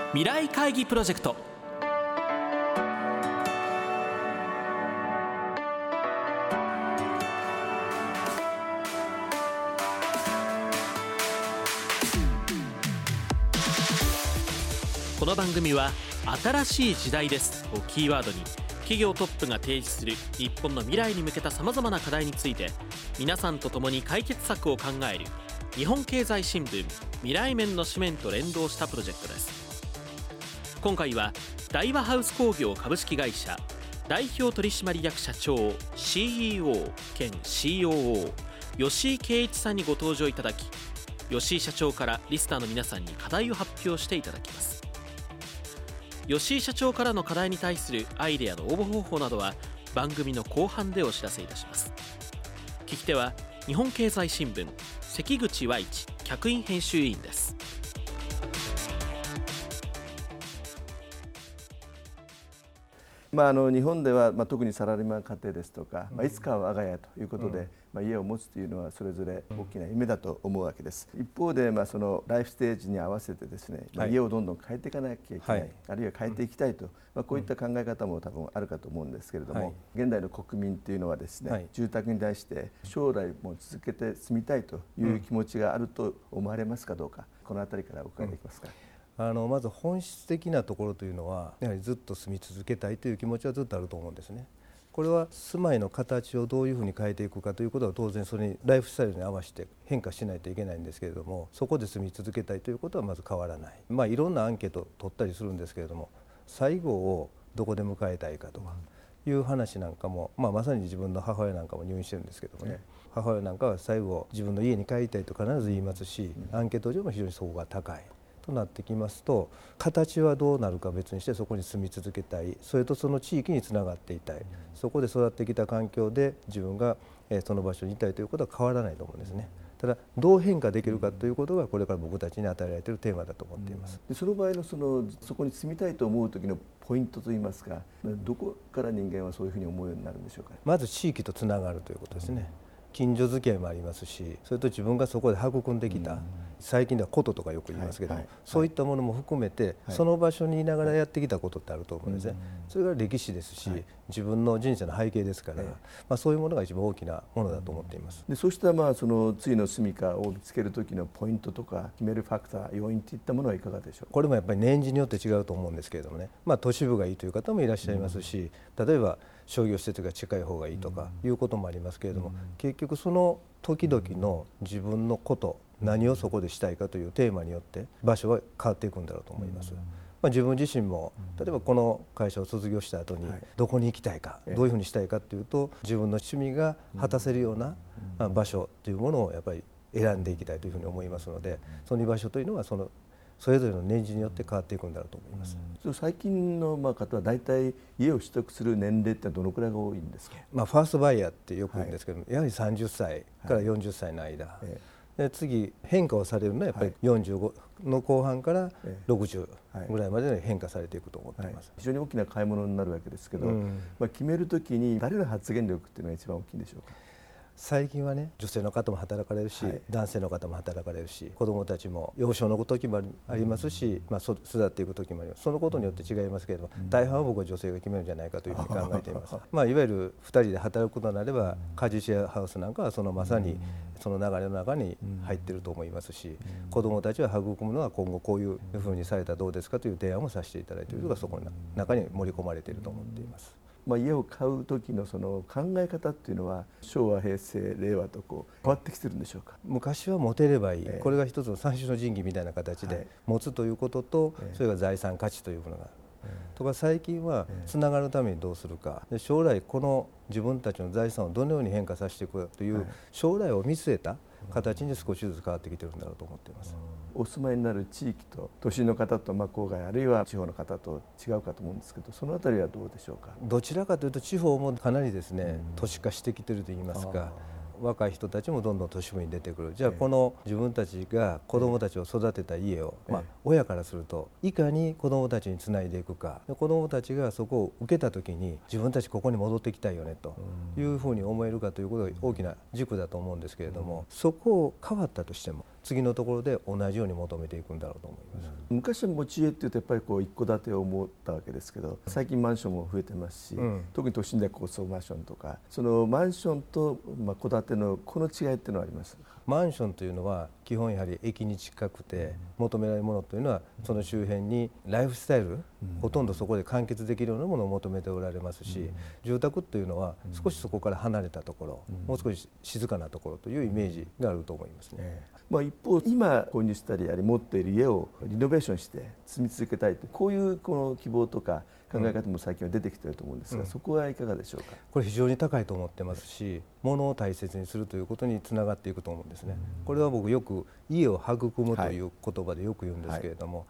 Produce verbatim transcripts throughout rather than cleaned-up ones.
未来会議プロジェクト。この番組は新しい時代ですをキーワードに、企業トップが提示する日本の未来に向けたさまざまな課題について、皆さんと共に解決策を考える日本経済新聞未来面の紙面と連動したプロジェクトです。今回は大和ハウス工業株式会社代表取締役社長 シーイーオー 兼 シーオーオー 吉井圭一さんにご登場いただき、吉井社長からリスナーの皆さんに課題を発表していただきます。吉井社長からの課題に対するアイデアの応募方法などは番組の後半でお知らせいたします。聞き手は日本経済新聞関口和一客員編集委員です。 まあ、あの日本では、まあ、特にサラリーマン家庭ですとか、まあ、いつかは我が家ということで、うんまあ、家を持つというのはそれぞれ大きな夢だと思うわけです。一方で、まあ、そのライフステージに合わせてですね、まあ、家をどんどん変えていかなきゃいけない、はい、あるいは変えていきたいと、まあ、こういった考え方も多分あるかと思うんですけれども、はい、現代の国民というのはですね、はい、住宅に対して将来も続けて住みたいという気持ちがあると思われますかどうか、このあたりからお伺いできますか。うんあのまず本質的なところというのはやはりずっと住み続けたいという気持ちはずっとあると思うんですね。これは住まいの形をどういうふうに変えていくかということは当然それにライフスタイルに合わせて変化しないといけないんですけれども、そこで住み続けたいということはまず変わらない。まあいろんなアンケートを取ったりするんですけれども、最後をどこで迎えたいかとかいう話なんかも、まあ、まさに自分の母親なんかも入院してるんですけどもね、母親なんかは最後自分の家に帰りたいと必ず言いますし、アンケート上も非常にそこが高いとなってきますと、形はどうなるか別にしてそこに住み続けたい、それとその地域につながっていたい、そこで育ってきた環境で自分がその場所にいたいということは変わらないと思うんですね。ただどう変化できるかということがこれから僕たちに与えられているテーマだと思っています。 でその場合の そのそこに住みたいと思う時のポイントといいますか、どこから人間はそういうふうに思うようになるんでしょうか。 まず地域とつながるということですね。近所付き合いもありますし、それと自分がそこで育んできた、うん、最近ではこととかよく言いますけども、はいはい、そういったものも含めて、はい、その場所にいながらやってきたことってあると思うんですね、はい、それが歴史ですし、はい、自分の人生の背景ですから、はいまあ、そういうものが一番大きなものだと思っています。 でそうしたまあその次の住処を見つける時のポイントとか決めるファクター、要因といったものはいかがでしょうか。 これもやっぱり年次によって違うと思うんですけれどもね、まあ、都市部がいいという方もいらっしゃいますし、うん、例えば商業施設が近い方がいいとかいうこともありますけれども、うん、結局その時々の自分のこと、何をそこでしたいかというテーマによって場所は変わっていくんだろうと思います。まあ、自分自身も例えばこの会社を卒業した後にどこに行きたいか、どういうふうにしたいかというと、自分の趣味が果たせるような場所というものをやっぱり選んでいきたいというふうに思いますので、その居場所というのはそのそれぞれの年次によって変わっていくんだろうと思います。 うん、最近のまあ方は大体家を取得する年齢ってどのくらいが多いんですか。 まあ、ファーストバイヤーってよく言うんですけど、はい、やはりさんじゅっさいからよんじゅっさいの間、はい、で次変化をされるのはやっぱりよんじゅうごの後半からろくじゅうぐらいまでに変化されていくと思っています。はい、 非常に大きな買い物になるわけですけど、うんまあ、決めるときに誰の発言力っていうのが一番大きいんでしょうか。 最近はね、女性の方も働かれるし、はい、男性の方も働かれるし、子どもたちも幼少の時もありますし、まあ、育っていく時もあります。そのことによって違いますけれども、うん、大半は僕は女性が決めるんじゃないかというふうに考えていますまあ、いわゆるふたりで働くことになれば、家事シェアハウスなんかはそのまさにその流れの中に入っていると思いますし、子どもたちは育むのは今後こういうふうにされたらどうですかという提案をさせていただいているのがそこの中に盛り込まれていると思っています。 まあ、家を買う時のその考え方っていうのは昭和、平成、令和とこう変わってきてるんでしょうか。 昔は持てればいい、えー、これが一つの三種の神器みたいな形で持つということと、はい、それが財産価値というものがある、えー、とか最近はつながるためにどうするか、で将来この自分たちの財産をどのように変化させていくかという将来を見据えた形に少しずつ変わってきてるんだろうと思っています。 お住まいになる地域と都心の方とまあ郊外あるいは地方の方と違うかと思うんですけど、そのあたりはどうでしょうか。 どちらかというと地方もかなりですね、都市化してきているといいますか、若い人たちもどんどん都市部に出てくる。じゃあこの自分たちが子どもたちを育てた家を、まあ、親からするといかに子どもたちにつないでいくか、子どもたちがそこを受けた時に自分たちここに戻ってきたいよねというふうに思えるかということが大きな軸だと思うんですけれども、そこを変わったとしても次のところで同じように求めていくんだろうと思います。 昔は持ち家っていうとやっぱりこう一戸建てを思ったわけですけど、最近マンションも増えてますし、うん、特に都心では高層マンションとか、そのマンションとまあ戸建てのこの違いっていうのはありますか？ マンションというのは基本やはり駅に近くて求められるものというのはその周辺にライフスタイル、うん、ほとんどそこで完結できるようなものを求めておられますし、うん、住宅というのは少しそこから離れたところ、うん、もう少し静かなところというイメージがあると思いますね。えーまあ、一方今購入したりあるいは持っている家をリノベーションして住み続けたいというこういうこの希望とか考え方も最近は出てきていると思うんですが、うん、そこはいかがでしょうか？ これ非常に高いと思ってますし、物を大切にするということにつながっていくと思うんですね。うん、これは僕よく家を育むという言葉でよく言うんですけれども、はい、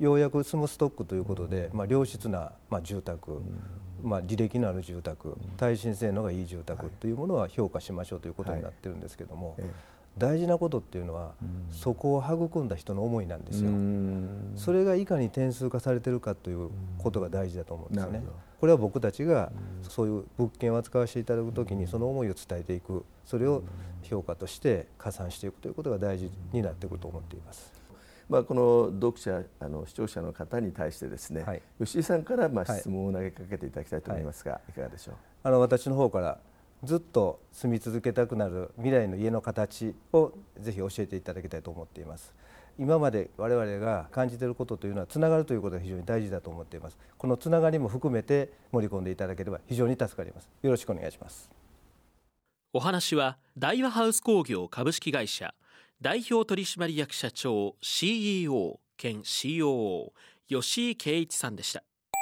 ようやく住むストックということで、まあ、良質な、まあ、住宅、うんまあ、履歴のある住宅、耐震性能がいい住宅というものは評価しましょうということになってるんですけども、はいはい大事なことっていうのは、うん、そこを育んだ人の思いなんですよ。それがいかに点数化されてるかということが大事だと思うんですね。これは僕たちがそういう物件を扱わせていただくときにその思いを伝えていく、それを評価として加算していくということが大事になってくると思っています。 まあ、この読者あの視聴者の方に対してですね、はい、吉井さんからまあ質問を投げかけていただきたいと思いますが、はい、いかがでしょう？ あの私の方からずっと住み続けたくなる未来の家の形をぜひ教えていただきたいと思っています。今まで我々が感じていることというのはつながるということが非常に大事だと思っています。このつながりも含めて盛り込んでいただければ非常に助かります。よろしくお願いします。 お話は大和ハウス工業株式会社代表取締役社長 シーイーオー 兼 シーオーオー 吉井圭一さんでした。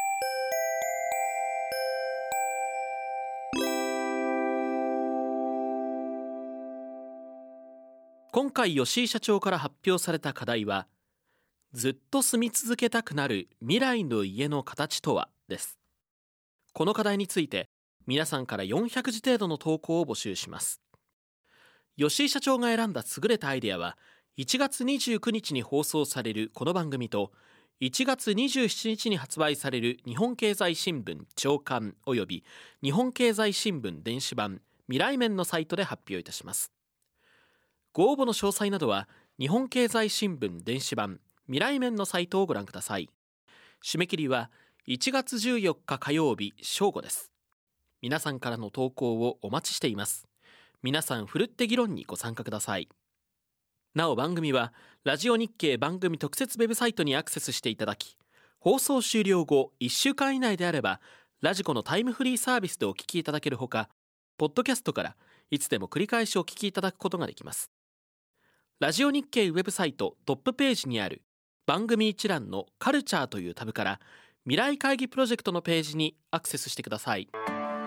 今回吉井社長から発表された課題は、ずっと住み続けたくなる未来の家の形とはです。この課題について皆さんからよんひゃくじ程度の投稿を募集します。吉井社長が選んだ優れたアイデアはいちがつにじゅうくにちに放送されるこの番組といちがつにじゅうしちにちに発売される日本経済新聞朝刊および日本経済新聞電子版未来面のサイトで発表いたします。ご応募の詳細などは日本経済新聞電子版未来面のサイトをご覧ください。締め切りはいちがつじゅうよっか火曜日正午です。皆さんからの投稿をお待ちしています。皆さんふるって議論にご参加ください。なお番組はラジオ日経番組特設ウェブサイトにアクセスしていただき、放送終了後いっしゅうかん以内であればラジコのタイムフリーサービスでお聞きいただけるほか、ポッドキャストからいつでも繰り返しお聞きいただくことができます。ラジオ日経ウェブサイトトップページにある番組一覧のカルチャーというタブから未来会議プロジェクトのページにアクセスしてください。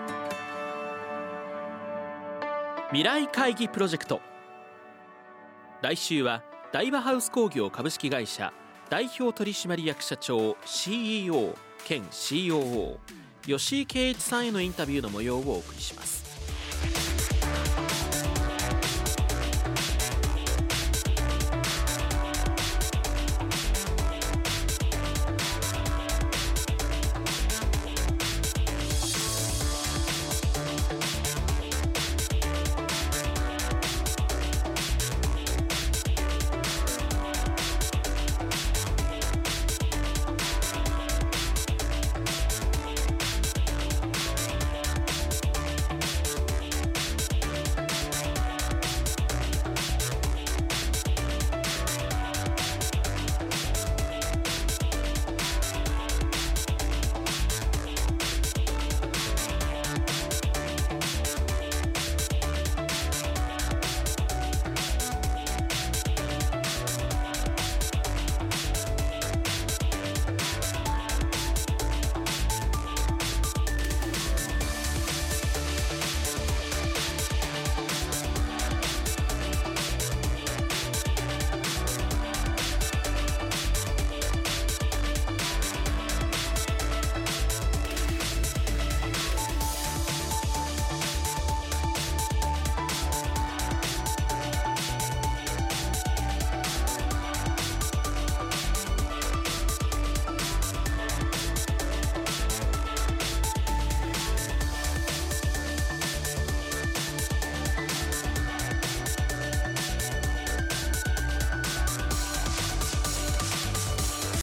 未来会議プロジェクト、来週は大和ハウス工業株式会社代表取締役社長 シーイーオー 兼 シーオーオー 吉井圭一さんへのインタビューの模様をお送りします。